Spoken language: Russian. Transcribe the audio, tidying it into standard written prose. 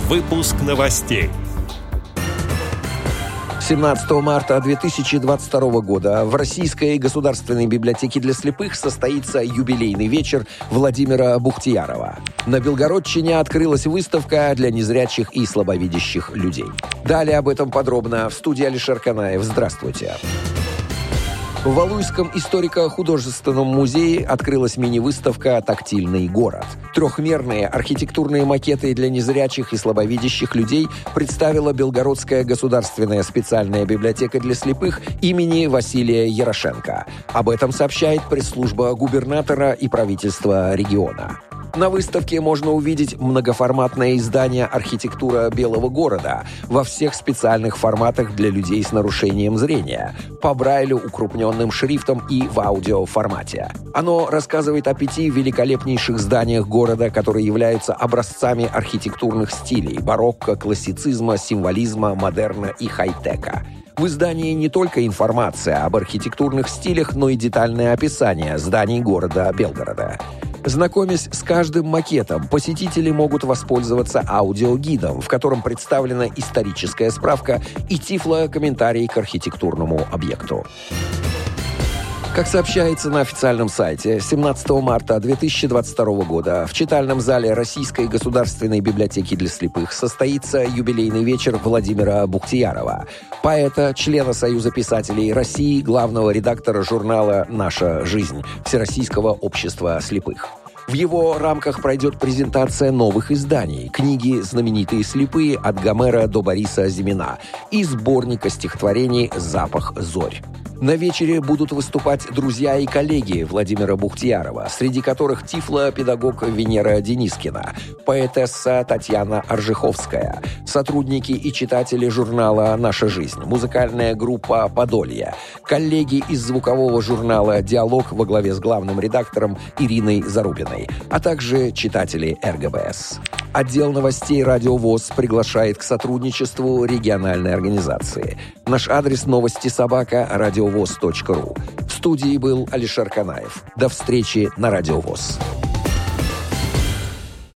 Выпуск новостей. 17 марта 2022 года в Российской государственной библиотеке для слепых состоится юбилейный вечер Владимира Бухтиярова. На Белгородчине открылась выставка для незрячих и слабовидящих людей. Далее об этом подробно в студии Алишер Канаев. Здравствуйте. В Валуйском историко-художественном музее открылась мини-выставка «Тактильный город». Трехмерные архитектурные макеты для незрячих и слабовидящих людей представила Белгородская государственная специальная библиотека для слепых имени Василия Ярошенко. Об этом сообщает пресс-служба губернатора и правительства региона. На выставке можно увидеть многоформатное издание «Архитектура Белого города» во всех специальных форматах для людей с нарушением зрения, по Брайлю, укрупненным шрифтом и в аудиоформате. Оно рассказывает о 5 великолепнейших зданиях города, которые являются образцами архитектурных стилей – барокко, классицизма, символизма, модерна и хай-тека. В издании не только информация об архитектурных стилях, но и детальное описание зданий города Белгорода. Знакомясь с каждым макетом, посетители могут воспользоваться аудиогидом, в котором представлена историческая справка и тифло-комментарий к архитектурному объекту. Как сообщается на официальном сайте, 17 марта 2022 года в читальном зале Российской государственной библиотеки для слепых состоится юбилейный вечер Владимира Бухтиярова, поэта, члена Союза писателей России, главного редактора журнала «Наша жизнь» Всероссийского общества слепых. В его рамках пройдет презентация новых изданий, книги «Знаменитые слепые» от Гомера до Бориса Зимина и сборника стихотворений «Запах зорь». На вечере будут выступать друзья и коллеги Владимира Бухтиярова, среди которых тифло-педагог Венера Денискина, поэтесса Татьяна Аржиховская, сотрудники и читатели журнала «Наша жизнь», музыкальная группа «Подолье», коллеги из звукового журнала «Диалог» во главе с главным редактором Ириной Зарубиной, а также читатели РГБС. Отдел новостей «Радио ВОС» приглашает к сотрудничеству региональной организации. Наш адрес новости@радиовоз.ру. В студии был Алишер Канаев. До встречи на Радио ВОС.